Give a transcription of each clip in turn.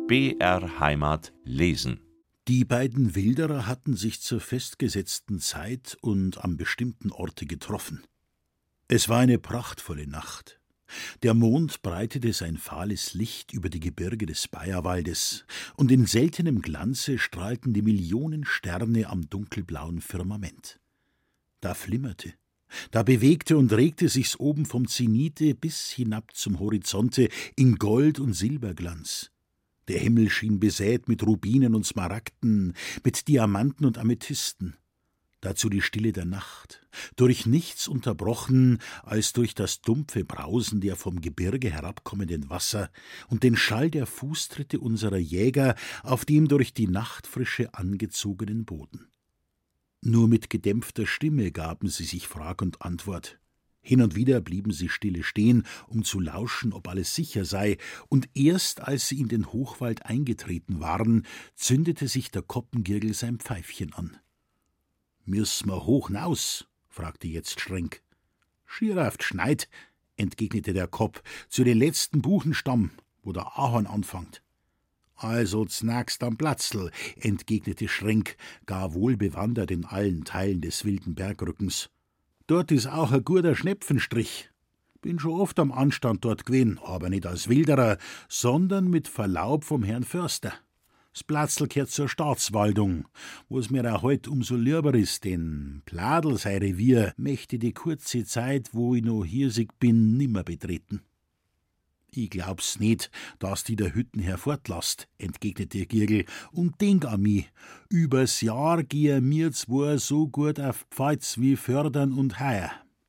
BR Heimat lesen. Die beiden Wilderer hatten sich zur festgesetzten Zeit und am bestimmten Orte getroffen. Es war eine prachtvolle Nacht. Der Mond breitete sein fahles Licht über die Gebirge des Bayerwaldes, und in seltenem Glanze strahlten die Millionen Sterne am dunkelblauen Firmament. Da flimmerte, da bewegte und regte sich's oben vom Zenite bis hinab zum Horizonte in Gold- und Silberglanz. Der Himmel schien besät mit Rubinen und Smaragden, mit Diamanten und Amethysten. Dazu die Stille der Nacht, durch nichts unterbrochen als durch das dumpfe Brausen der vom Gebirge herabkommenden Wasser und den Schall der Fußtritte unserer Jäger auf dem durch die Nachtfrische angezogenen Boden. Nur mit gedämpfter Stimme gaben sie sich Frag und Antwort. Hin und wieder blieben sie stille stehen, um zu lauschen, ob alles sicher sei, und erst als sie in den Hochwald eingetreten waren, zündete sich der Koppengirgel sein Pfeifchen an. »Müssen wir hoch naus?« fragte jetzt Schrenk. »Schier auf d'Schneid«, entgegnete der Kopp, »zu den letzten Buchenstamm, wo der Ahorn anfängt.« »Also znagst am Platzl«, entgegnete Schrenk, gar wohl bewandert in allen Teilen des wilden Bergrückens. »Dort ist auch ein guter Schnepfenstrich. Bin schon oft am Anstand dort gewesen, aber nicht als Wilderer, sondern mit Verlaub vom Herrn Förster. Das Platzl gehört zur Staatswaldung, wo's mir auch heut umso lieber ist, denn Pladl, sein Revier, möchte die kurze Zeit, wo ich noch hirsig bin, nimmer betreten.« »Ich glaub's nicht, dass die der Hütten herfortlasst«, entgegnete Girgel, »und denk an mich. Übers Jahr gehen mir zwei so gut auf Pfalz wie Fördern und Heuer.«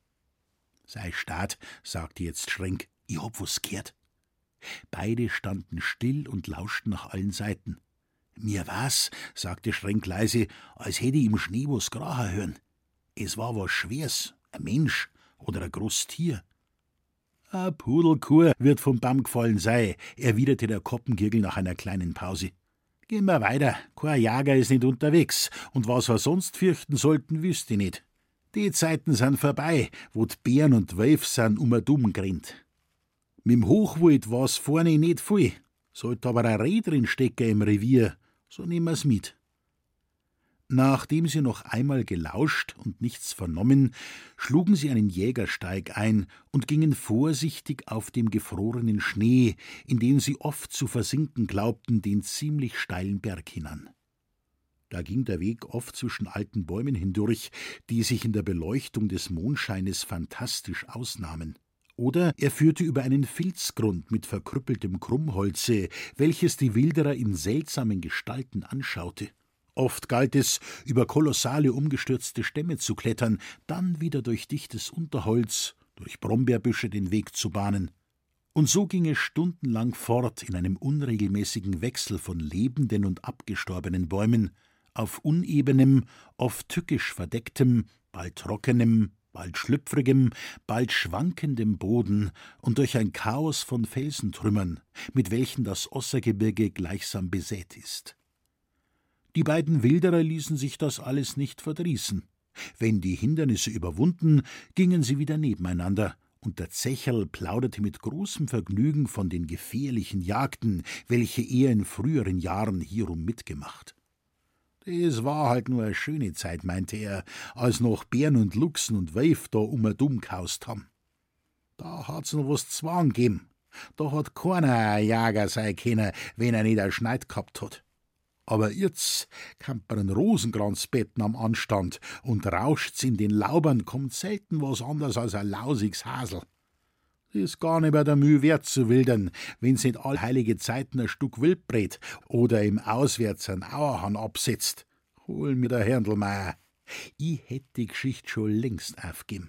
»Sei Staat«, sagte jetzt Schrenk, »ich hab was gehört.« Beide standen still und lauschten nach allen Seiten. »Mir war's«, sagte Schrenk leise, »als hätte ich im Schnee was krachen hören. Es war was Schweres, ein Mensch oder ein großes Tier.« »A Pudelkur wird vom Baum gefallen sei«, erwiderte der Koppengirgel nach einer kleinen Pause. »Gehen wir weiter, kein Jager ist nicht unterwegs, und was wir sonst fürchten sollten, wüsst ich nicht. Die Zeiten sind vorbei, wo d Bären und Wölf sind dumm grennt. Mit'm Hochwald war's vorne nicht viel, sollte aber ein Reh drin stecken im Revier, so nehmen wir's mit.« Nachdem sie noch einmal gelauscht und nichts vernommen, schlugen sie einen Jägersteig ein und gingen vorsichtig auf dem gefrorenen Schnee, in den sie oft zu versinken glaubten, den ziemlich steilen Berg hinan. Da ging der Weg oft zwischen alten Bäumen hindurch, die sich in der Beleuchtung des Mondscheines fantastisch ausnahmen. Oder er führte über einen Filzgrund mit verkrüppeltem Krummholze, welches die Wilderer in seltsamen Gestalten anschaute. Oft galt es, über kolossale umgestürzte Stämme zu klettern, dann wieder durch dichtes Unterholz, durch Brombeerbüsche den Weg zu bahnen. Und so ging es stundenlang fort in einem unregelmäßigen Wechsel von lebenden und abgestorbenen Bäumen, auf unebenem, oft tückisch verdecktem, bald trockenem, bald schlüpfrigem, bald schwankendem Boden und durch ein Chaos von Felsentrümmern, mit welchen das Ossergebirge gleichsam besät ist. Die beiden Wilderer ließen sich das alles nicht verdrießen. Wenn die Hindernisse überwunden, gingen sie wieder nebeneinander, und der Zecherl plauderte mit großem Vergnügen von den gefährlichen Jagden, welche er in früheren Jahren hierum mitgemacht. »Das war halt nur eine schöne Zeit«, meinte er, »als noch Bären und Luchsen und Wölf da dumm gehaust haben. Da hat's noch was Zwang gegeben. Da hat keiner ein Jager sein können, wenn er nicht ein Schneid gehabt hat. Aber jetzt kann man einen Rosenkranz betten am Anstand, und rauscht's in den Laubern, kommt selten was anderes als ein lausiges Hasel. Ist gar nicht mehr der Mühe wert zu wildern, wenn's nicht allheilige Zeiten ein Stück Wildbret oder im Auswärts einen Auerhahn absetzt. Hol mir der Herrndlmeier. Ich hätt die Geschichte schon längst aufgegeben.«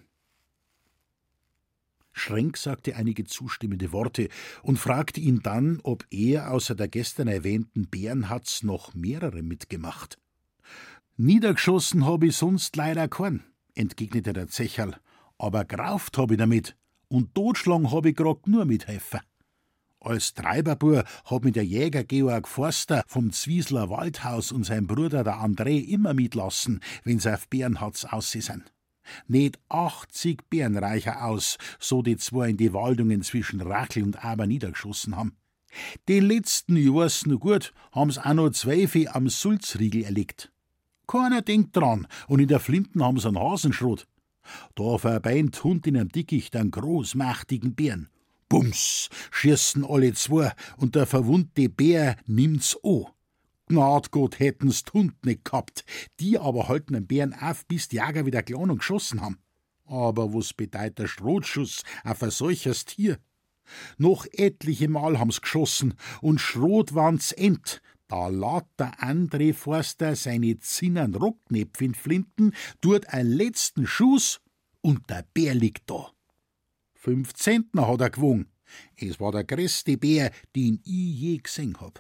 Schrenk sagte einige zustimmende Worte und fragte ihn dann, ob er außer der gestern erwähnten Bärenhatz noch mehrere mitgemacht. »Niedergeschossen hab ich sonst leider keinen«, entgegnete der Zecherl, »aber gerauft hab ich damit, und totschlagen hab ich grad nur mithelfen. Als Treiberbur hat mich der Jäger Georg Forster vom Zwiesler Waldhaus und sein Bruder der André immer mitlassen, wenn sie auf Bärenhatz ausseh sind. Nicht 80 Bärenreicher aus, so die zwei in die Waldungen zwischen Rachel und Aber niedergeschossen haben. Den letzten, ich weiß noch gut, haben's auch noch 12 am Sulzriegel erlegt. Keiner denkt dran, und in der Flinten haben's einen Hasenschrot. Da verbeint Hund in einem Dickicht einen großmächtigen Bären. Bums, schießen alle zwei, und der verwundete Bär nimmt's an. Gnad Gott, hätten's d' Hund nicht gehabt. Die aber halten den Bären auf, bis die Jäger wieder klar und geschossen haben. Aber was bedeutet der Schrotschuss auf ein solches Tier? Noch etliche Mal haben's geschossen, und Schrot waren's end. Da lädt der André Forster seine zinnern Rocknäpf in Flinten, tut einen letzten Schuss, und der Bär liegt da. 5 Zentner hat er gewogen. Es war der größte Bär, den ich je gesehen hab.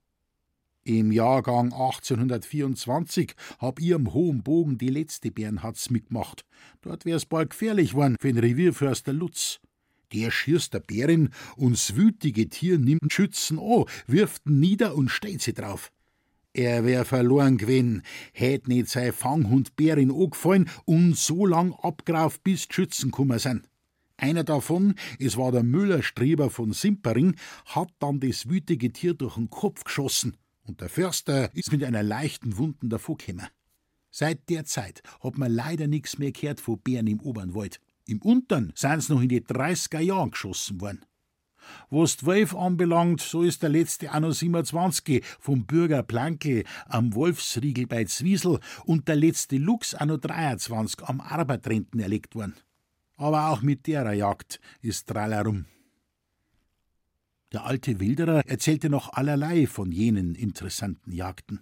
Im Jahrgang 1824 hab ich am Hohen Bogen die letzte Bärenhatz mitgemacht. Dort wär's bald gefährlich worden für den Revierförster Lutz. Der schießt der Bärin, und das wütige Tier nimmt Schützen an, wirft ihn nieder und steht sie drauf. Er wär verloren gewesen, hätt nicht sein Fanghund Bärin angefallen und so lang abgerauft, bis die Schützen gekommen sind. Einer davon, es war der Müller-Streber von Simpering, hat dann das wütige Tier durch den Kopf geschossen, und der Förster ist mit einer leichten Wunden davongekommen. Seit der Zeit hat man leider nichts mehr gehört von Bären im Obernwald. Im Untern sind's noch in die 30er Jahren geschossen worden. Was die Wölf anbelangt, so ist der letzte auch noch 27 vom Bürger Plankl am Wolfsriegel bei Zwiesel und der letzte Luchs auch noch 23 am Arbertrenten erlegt worden. Aber auch mit derer Jagd ist Trallerum. Der alte Wilderer erzählte noch allerlei von jenen interessanten Jagden.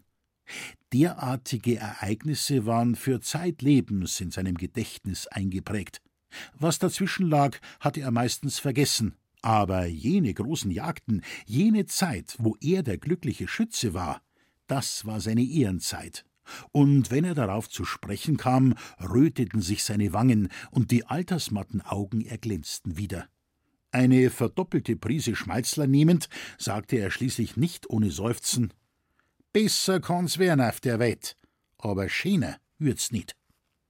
Derartige Ereignisse waren für zeitlebens in seinem Gedächtnis eingeprägt. Was dazwischen lag, hatte er meistens vergessen. Aber jene großen Jagden, jene Zeit, wo er der glückliche Schütze war, das war seine Ehrenzeit. Und wenn er darauf zu sprechen kam, röteten sich seine Wangen und die altersmatten Augen erglänzten wieder. Eine verdoppelte Prise Schmalzler nehmend, sagte er schließlich nicht ohne Seufzen: »Besser kann's werden auf der Welt, aber schöner wird's nicht.«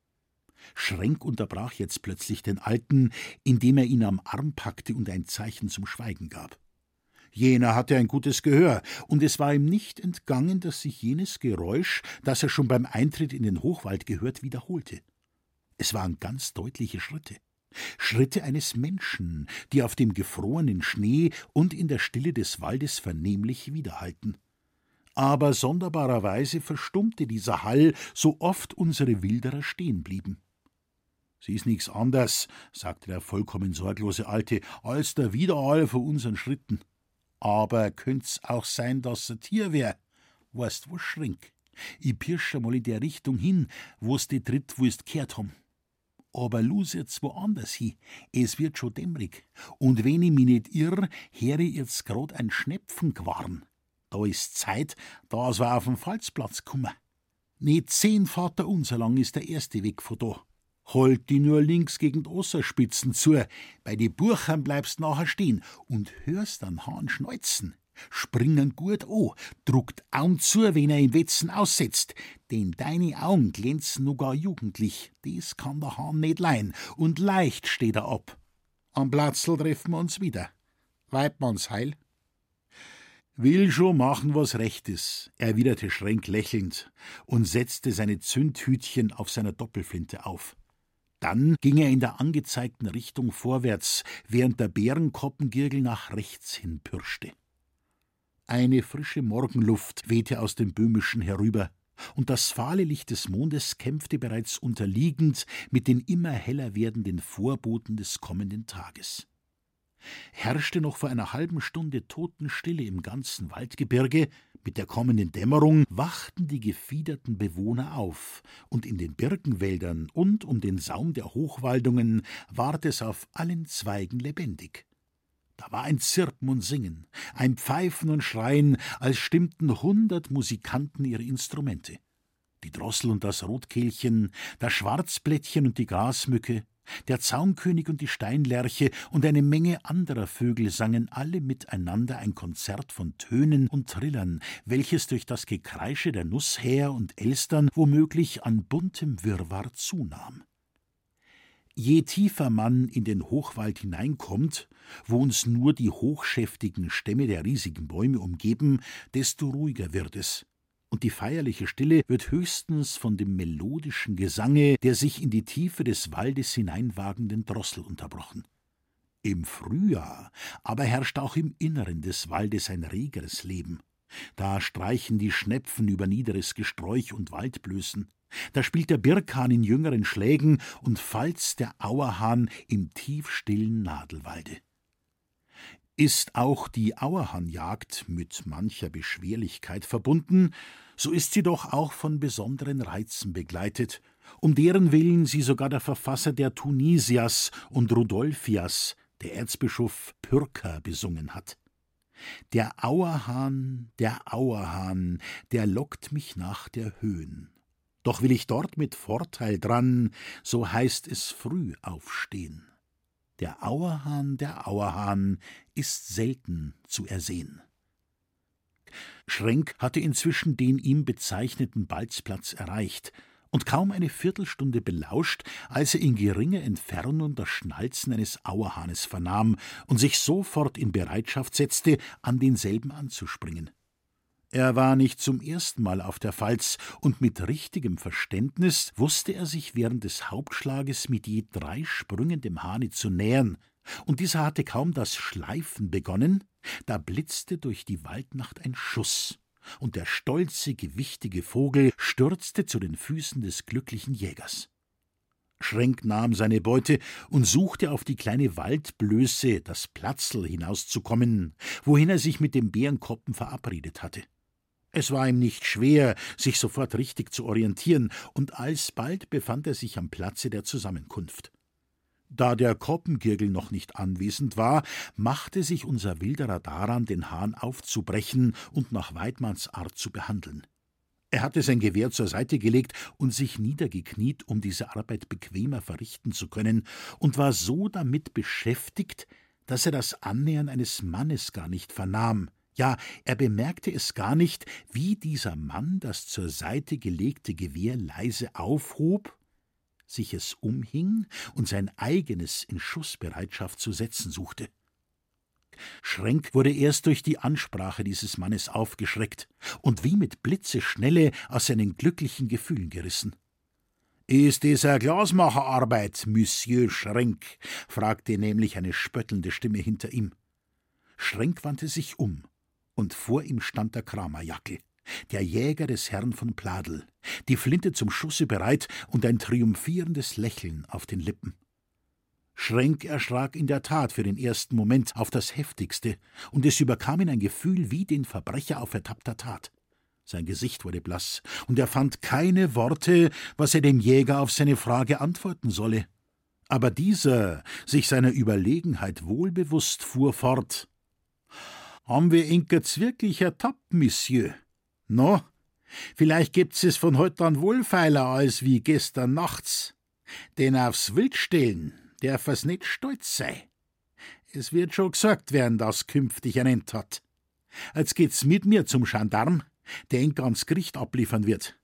Schrenk unterbrach jetzt plötzlich den Alten, indem er ihn am Arm packte und ein Zeichen zum Schweigen gab. Jener hatte ein gutes Gehör, und es war ihm nicht entgangen, dass sich jenes Geräusch, das er schon beim Eintritt in den Hochwald gehört, wiederholte. Es waren ganz deutliche Schritte. Schritte eines Menschen, die auf dem gefrorenen Schnee und in der Stille des Waldes vernehmlich widerhallten. Aber sonderbarerweise verstummte dieser Hall, so oft unsere Wilderer stehen blieben. »Sie ist nichts anders«, sagte der vollkommen sorglose Alte, »als der Widerhall von unseren Schritten. Aber könnt's auch sein, dass ein Tier wär? Weißt wo, Schrink? Ich pirsch einmal in der Richtung hin, wo's die Tritt, wo's gehört haben. Aber los jetzt woanders hin, es wird schon dämmerig. Und wenn ich mich nicht irr, höre ich jetzt grad ein Schnepfen gewarn. Da ist Zeit, dass wir auf den Pfalzplatz kommen. Nicht 10 Vaterunser lang ist der erste Weg von da. Halt die nur links gegen die Osserspitzen zu, bei die Burchern bleibst nachher stehen und hörst den Hahn schneuzen. Springen gut an, druckt Augen zu, wenn er im Wetzen aussetzt, denn deine Augen glänzen noch gar jugendlich, das kann der Hahn nicht leihen, und leicht steht er ab. Am Platzl treffen wir uns wieder. Weidmanns Heil. »Will schon machen, was recht ist«, erwiderte Schrenk lächelnd und setzte seine Zündhütchen auf seiner Doppelflinte auf. Dann ging er in der angezeigten Richtung vorwärts, während der Bärenkoppengirgel nach rechts hin pirschte. Eine frische Morgenluft wehte aus dem Böhmischen herüber, und das fahle Licht des Mondes kämpfte bereits unterliegend mit den immer heller werdenden Vorboten des kommenden Tages. Herrschte noch vor einer halben Stunde Totenstille im ganzen Waldgebirge, mit der kommenden Dämmerung wachten die gefiederten Bewohner auf, und in den Birkenwäldern und um den Saum der Hochwaldungen ward es auf allen Zweigen lebendig. Da war ein Zirpen und Singen, ein Pfeifen und Schreien, als stimmten 100 Musikanten ihre Instrumente. Die Drossel und das Rotkehlchen, das Schwarzblättchen und die Grasmücke, der Zaunkönig und die Steinlerche und eine Menge anderer Vögel sangen alle miteinander ein Konzert von Tönen und Trillern, welches durch das Gekreische der Nusshäher und Elstern womöglich an buntem Wirrwarr zunahm. Je tiefer man in den Hochwald hineinkommt, wo uns nur die hochschäftigen Stämme der riesigen Bäume umgeben, desto ruhiger wird es. Und die feierliche Stille wird höchstens von dem melodischen Gesange der sich in die Tiefe des Waldes hineinwagenden Drossel unterbrochen. Im Frühjahr aber herrscht auch im Inneren des Waldes ein regeres Leben. Da streichen die Schnepfen über niederes Gesträuch und Waldblößen. Da spielt der Birkhahn in jüngeren Schlägen und falzt der Auerhahn im tiefstillen Nadelwalde. Ist auch die Auerhahnjagd mit mancher Beschwerlichkeit verbunden, so ist sie doch auch von besonderen Reizen begleitet, um deren Willen sie sogar der Verfasser der Tunisias und Rudolfias, der Erzbischof Pyrker, besungen hat. Der Auerhahn, der lockt mich nach der Höhen. Doch will ich dort mit Vorteil dran, so heißt es früh aufstehen. Der Auerhahn ist selten zu ersehen. Schrenk hatte inzwischen den ihm bezeichneten Balzplatz erreicht und kaum eine Viertelstunde belauscht, als er in geringer Entfernung das Schnalzen eines Auerhahnes vernahm und sich sofort in Bereitschaft setzte, an denselben anzuspringen. Er war nicht zum ersten Mal auf der Pfalz, und mit richtigem Verständnis wusste er sich während des Hauptschlages mit je 3 Sprüngen dem Hahne zu nähern, und dieser hatte kaum das Schleifen begonnen, da blitzte durch die Waldnacht ein Schuss, und der stolze, gewichtige Vogel stürzte zu den Füßen des glücklichen Jägers. Schrenk nahm seine Beute und suchte auf die kleine Waldblöße, das Platzl, hinauszukommen, wohin er sich mit dem Bärenkoppen verabredet hatte. Es war ihm nicht schwer, sich sofort richtig zu orientieren, und alsbald befand er sich am Platze der Zusammenkunft. Da der Koppengirgel noch nicht anwesend war, machte sich unser Wilderer daran, den Hahn aufzubrechen und nach Weidmanns Art zu behandeln. Er hatte sein Gewehr zur Seite gelegt und sich niedergekniet, um diese Arbeit bequemer verrichten zu können, und war so damit beschäftigt, dass er das Annähern eines Mannes gar nicht vernahm. Ja, er bemerkte es gar nicht, wie dieser Mann das zur Seite gelegte Gewehr leise aufhob, sich es umhing und sein eigenes in Schussbereitschaft zu setzen suchte. Schrenk wurde erst durch die Ansprache dieses Mannes aufgeschreckt und wie mit Blitzeschnelle aus seinen glücklichen Gefühlen gerissen. »Ist das eine Glasmacherarbeit, Monsieur Schrenk?« fragte nämlich eine spöttelnde Stimme hinter ihm. Schrenk wandte sich um, und vor ihm stand der Kramerjackel, der Jäger des Herrn von Pladl, die Flinte zum Schusse bereit und ein triumphierendes Lächeln auf den Lippen. Schrenk erschrak in der Tat für den ersten Moment auf das Heftigste, und es überkam ihn ein Gefühl wie den Verbrecher auf ertappter Tat. Sein Gesicht wurde blass, und er fand keine Worte, was er dem Jäger auf seine Frage antworten solle. Aber dieser, sich seiner Überlegenheit wohlbewusst, fuhr fort. »Haben wir Inkerts wirklich ertappt, Monsieur? No, vielleicht gibt's es von heut an wohl feiler als wie gestern nachts. Denn aufs Wildstellen darf es nicht stolz sei. Es wird schon gesagt werden, dass künftig ein End hat. Jetzt geht's mit mir zum Gendarm, der ihn ans Gericht abliefern wird.«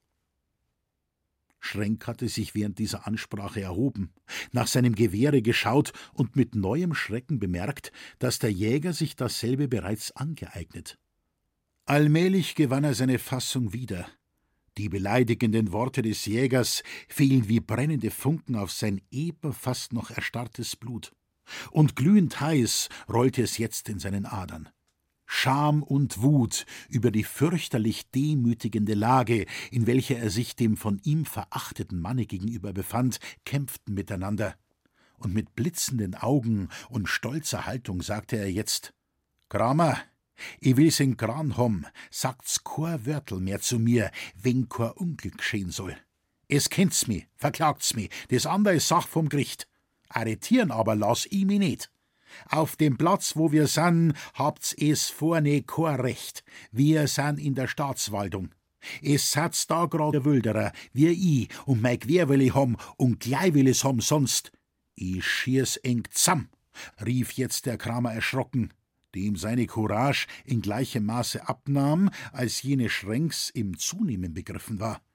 Schrenk hatte sich während dieser Ansprache erhoben, nach seinem Gewehre geschaut und mit neuem Schrecken bemerkt, dass der Jäger sich dasselbe bereits angeeignet. Allmählich gewann er seine Fassung wieder. Die beleidigenden Worte des Jägers fielen wie brennende Funken auf sein eben fast noch erstarrtes Blut, und glühend heiß rollte es jetzt in seinen Adern. Scham und Wut über die fürchterlich demütigende Lage, in welcher er sich dem von ihm verachteten Manne gegenüber befand, kämpften miteinander. Und mit blitzenden Augen und stolzer Haltung sagte er jetzt: »Kramer, ich will's in Gran hom, sagt's kein Wörtel mehr zu mir, wenn kein Unglück geschehen soll. Es kennt's mi, verklagt's mi, das andere ist Sach vom Gericht. Arretieren aber lass ich mi nicht. Auf dem Platz, wo wir san, habt's es vorne kein Recht. Wir san in der Staatswaldung. Es satz da grad der Wilderer, wie ich, und mein Gewehr will ich ham, und gleich will ich's ham, sonst. Ich schier's eng zamm«, rief jetzt der Kramer erschrocken, dem seine Courage in gleichem Maße abnahm, als jene Schrenks im Zunehmen begriffen war.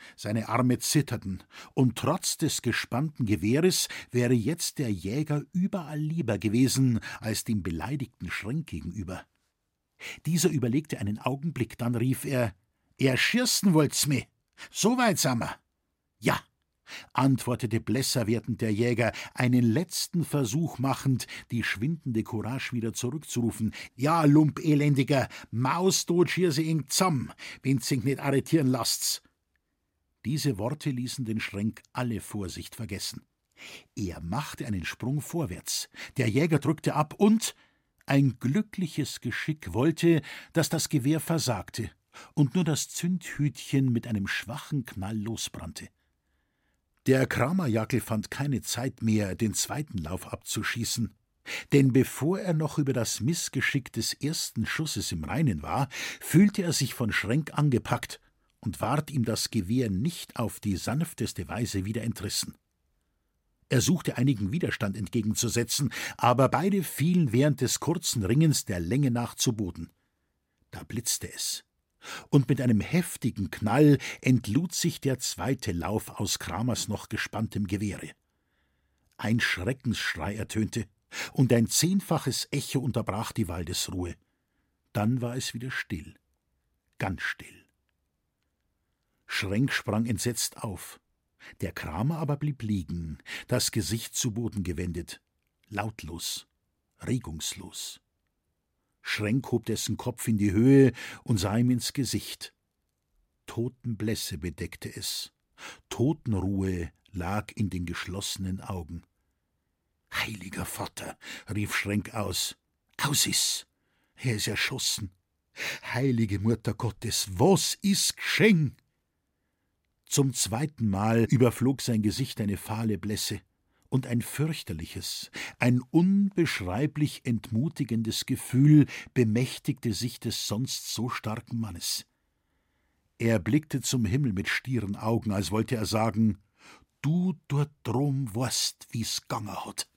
Seine Arme zitterten, und trotz des gespannten Gewehres wäre jetzt der Jäger überall lieber gewesen als dem beleidigten Schrenk gegenüber. Dieser überlegte einen Augenblick, dann rief er: »Erschießen wollt's mich? So weit sind wir.« »Ja«, antwortete blässer werdend der Jäger, einen letzten Versuch machend, die schwindende Courage wieder zurückzurufen. »Ja, Lump elendiger, maustot schier sie eng zusammen, wenn's sich nicht arretieren lasst's.« Diese Worte ließen den Schrenk alle Vorsicht vergessen. Er machte einen Sprung vorwärts, der Jäger drückte ab und ein glückliches Geschick wollte, dass das Gewehr versagte und nur das Zündhütchen mit einem schwachen Knall losbrannte. Der Kramerjackel fand keine Zeit mehr, den zweiten Lauf abzuschießen, denn bevor er noch über das Missgeschick des ersten Schusses im Reinen war, fühlte er sich von Schrenk angepackt und ward ihm das Gewehr nicht auf die sanfteste Weise wieder entrissen. Er suchte einigen Widerstand entgegenzusetzen, aber beide fielen während des kurzen Ringens der Länge nach zu Boden. Da blitzte es, und mit einem heftigen Knall entlud sich der zweite Lauf aus Kramers noch gespanntem Gewehre. Ein Schreckensschrei ertönte, und ein 10-faches Echo unterbrach die Waldesruhe. Dann war es wieder still, ganz still. Schrenk sprang entsetzt auf. Der Kramer aber blieb liegen, das Gesicht zu Boden gewendet, lautlos, regungslos. Schrenk hob dessen Kopf in die Höhe und sah ihm ins Gesicht. Totenblässe bedeckte es, Totenruhe lag in den geschlossenen Augen. »Heiliger Vater«, rief Schrenk aus, »aus ist, er ist erschossen. Heilige Mutter Gottes, was ist geschehen?« Zum zweiten Mal überflog sein Gesicht eine fahle Blässe, und ein fürchterliches, ein unbeschreiblich entmutigendes Gefühl bemächtigte sich des sonst so starken Mannes. Er blickte zum Himmel mit stieren Augen, als wollte er sagen: »Du dort drum weißt, wie's gegangen hat.«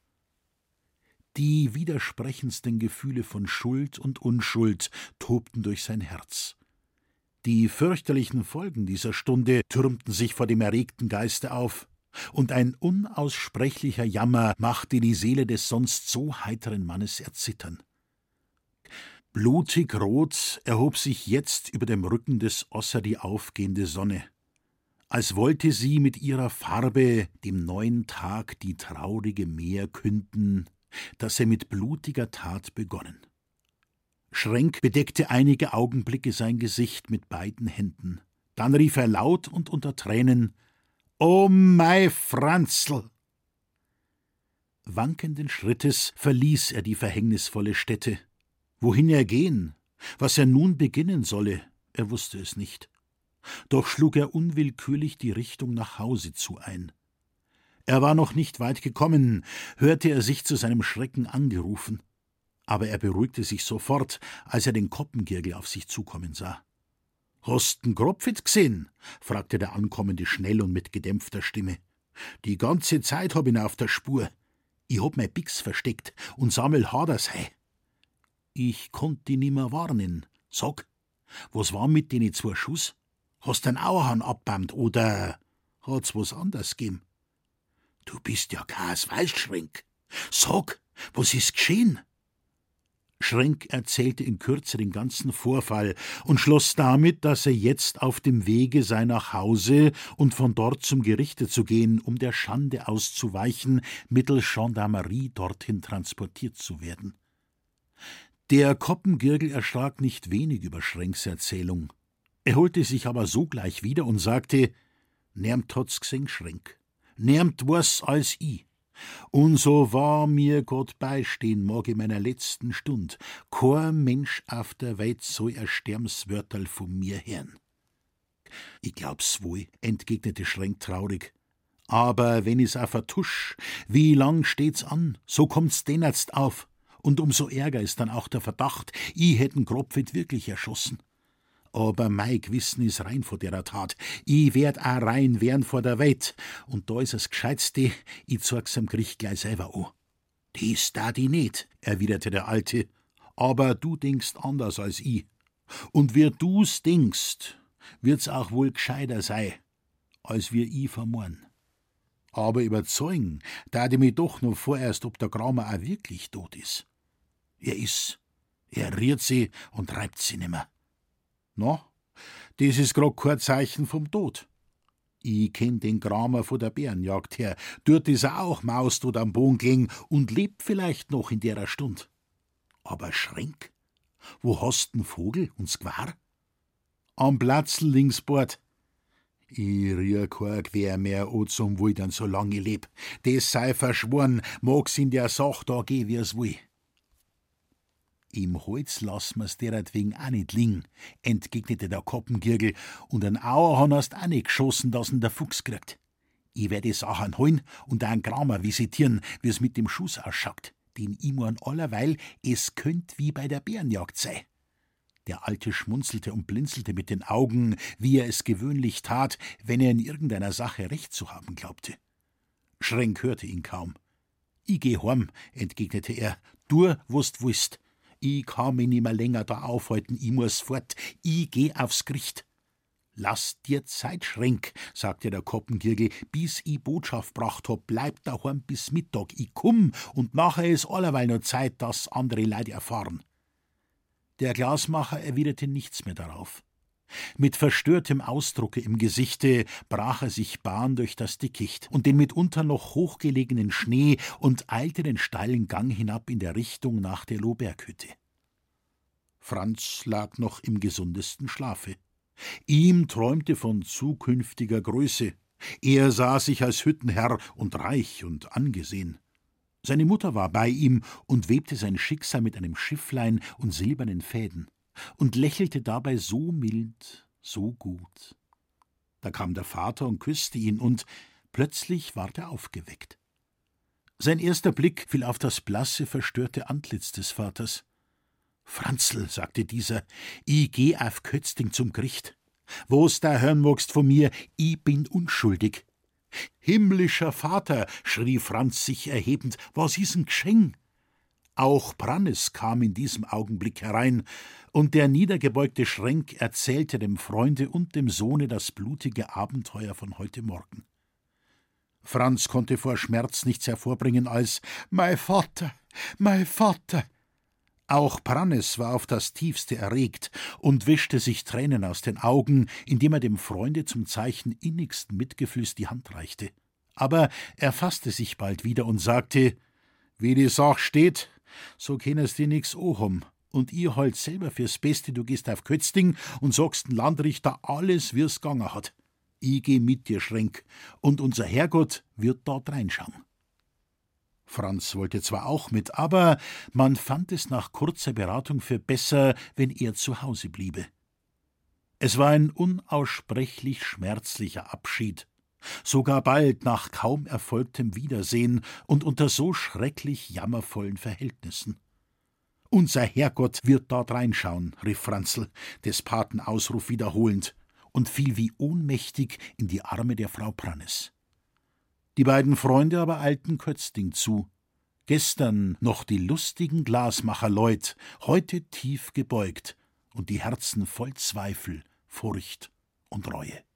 Die widersprechendsten Gefühle von Schuld und Unschuld tobten durch sein Herz. Die fürchterlichen Folgen dieser Stunde türmten sich vor dem erregten Geiste auf, und ein unaussprechlicher Jammer machte die Seele des sonst so heiteren Mannes erzittern. Blutig rot erhob sich jetzt über dem Rücken des Osser die aufgehende Sonne, als wollte sie mit ihrer Farbe dem neuen Tag die traurige Mär künden, dass er mit blutiger Tat begonnen. Schrenk bedeckte einige Augenblicke sein Gesicht mit beiden Händen. Dann rief er laut und unter Tränen: »O mei Franzl!« Wankenden Schrittes verließ er die verhängnisvolle Stätte. Wohin er gehen, was er nun beginnen solle, er wusste es nicht. Doch schlug er unwillkürlich die Richtung nach Hause zu ein. Er war noch nicht weit gekommen, hörte er sich zu seinem Schrecken angerufen. Aber er beruhigte sich sofort, als er den Koppengirgel auf sich zukommen sah. »Hast den Kropfitz gesehen?« fragte der Ankommende schnell und mit gedämpfter Stimme. »Die ganze Zeit hab ich ihn auf der Spur. Ich hab mein Bix versteckt und sammel Hadersei.« »Ich konnt dich nimmer warnen. Sag, was war mit den 2 Schuss? Hast den Auerhahn abbammt oder hat's was anderes gegeben?« »Du bist ja kein Weißschrenk. Sag, was ist geschehen?« Schrenk erzählte in Kürze den ganzen Vorfall und schloss damit, dass er jetzt auf dem Wege sei nach Hause und von dort zum Gerichte zu gehen, um der Schande auszuweichen, mittels Gendarmerie dorthin transportiert zu werden. Der Koppengirgel erschrak nicht wenig über Schrenks Erzählung. Er holte sich aber sogleich wieder und sagte: »Närmt hat's gesehen, Schrenk. Närmt was als ich. Und so wahr mir Gott beistehen mag in meiner letzten Stund, kein Mensch auf der Welt soll ein Sterbenswörterl von mir hören.« »Ich glaub's wohl«, entgegnete Schrenk traurig. »Aber wenn ich's auch vertusch, wie lang steht's an? So kommt's denn jetzt auf. Und umso ärger ist dann auch der Verdacht, ich hätten Kropfit wirklich erschossen. Aber mein Gewissen ist rein vor der Tat. Ich werd auch rein werden vor der Welt. Und da ist das Gescheitste, ich zeig's am Gericht gleich selber an.« »Das da die nicht«, erwiderte der Alte. »Aber du denkst anders als ich. Und wie du's denkst, wird's auch wohl gescheiter sein. als wir i vermoren. Aber überzeugen, da ich mich doch noch vorerst, ob der Kramer auch wirklich tot ist. Er rührt sie und reibt sie nimmer. Na, das ist grad kein Zeichen vom Tod. Ich kenn den Kramer von der Bärenjagd her. Dort ist er auch maustot am Boden gelegen und lebt vielleicht noch in derer Stund. Aber Schrenk, wo hast den Vogel und's Gwar? Am Platzl links bord. Ich rieh kein Gewehr mehr an zum Wildern, solange ich leb. Das sei verschworen, mag's in der Sach da geh, wie's will. Im Holz lassen wir's deretwegen auch nicht liegen, entgegnete der Koppengirgel, und ein Auerhahn hast auch nicht geschossen, dass ihn der Fuchs kriegt. Ich werde die Sachen holen und einen Kramer visitieren, wie's mit dem Schuss ausschaut, den ich mein allerweil, es könnt wie bei der Bärenjagd sein. Der Alte schmunzelte und blinzelte mit den Augen, wie er es gewöhnlich tat, wenn er in irgendeiner Sache Recht zu haben glaubte. Schrenk hörte ihn kaum. Ich geh heim, entgegnete er, du, wo's willst. Ich kann mich nimmer länger da aufhalten, ich muss fort, ich geh aufs Gericht. Lass dir Zeit, Schrenk, sagte der Koppengirgel, bis ich Botschaft bracht hab, bleib daheim bis Mittag, ich komm, und nachher ist allerweil noch Zeit, dass andere Leute erfahren. Der Glasmacher erwiderte nichts mehr darauf. Mit verstörtem Ausdrucke im Gesichte brach er sich Bahn durch das Dickicht und den mitunter noch hochgelegenen Schnee und eilte den steilen Gang hinab in der Richtung nach der Lohberghütte. Franz lag noch im gesundesten Schlafe. Ihm träumte von zukünftiger Größe. Er sah sich als Hüttenherr und reich und angesehen. Seine Mutter war bei ihm und webte sein Schicksal mit einem Schifflein und silbernen Fäden und lächelte dabei so mild, so gut. Da kam der Vater und küsste ihn, und plötzlich ward er aufgeweckt. Sein erster Blick fiel auf das blasse, verstörte Antlitz des Vaters. »Franzl«, sagte dieser, »ich geh auf Kötzting zum Gericht. Wo's da hören magst von mir, ich bin unschuldig.« »Himmlischer Vater«, schrie Franz sich erhebend, »was ist ein Gscheng?« Auch Brannes kam in diesem Augenblick herein, und der niedergebeugte Schrenk erzählte dem Freunde und dem Sohne das blutige Abenteuer von heute Morgen. Franz konnte vor Schmerz nichts hervorbringen als »Mein Vater, mein Vater«. Auch Brannes war auf das Tiefste erregt und wischte sich Tränen aus den Augen, indem er dem Freunde zum Zeichen innigsten Mitgefühls die Hand reichte. Aber er fasste sich bald wieder und sagte, »Wie die Sach steht, so kennest di nix anhom. Und ich halt selber fürs Beste, du gehst auf Kötzting und sagst dem Landrichter alles, wie's gegangen hat. Ich geh mit dir, Schrenk, und unser Herrgott wird dort reinschauen.« Franz wollte zwar auch mit, aber man fand es nach kurzer Beratung für besser, wenn er zu Hause bliebe. Es war ein unaussprechlich schmerzlicher Abschied, sogar bald nach kaum erfolgtem Wiedersehen und unter so schrecklich jammervollen Verhältnissen. »Unser Herrgott wird dort reinschauen«, rief Franzl, des Paten Ausruf wiederholend, und fiel wie ohnmächtig in die Arme der Frau Brannes. Die beiden Freunde aber eilten Kötzting zu. Gestern noch die lustigen Glasmacherleut, heute tief gebeugt und die Herzen voll Zweifel, Furcht und Reue.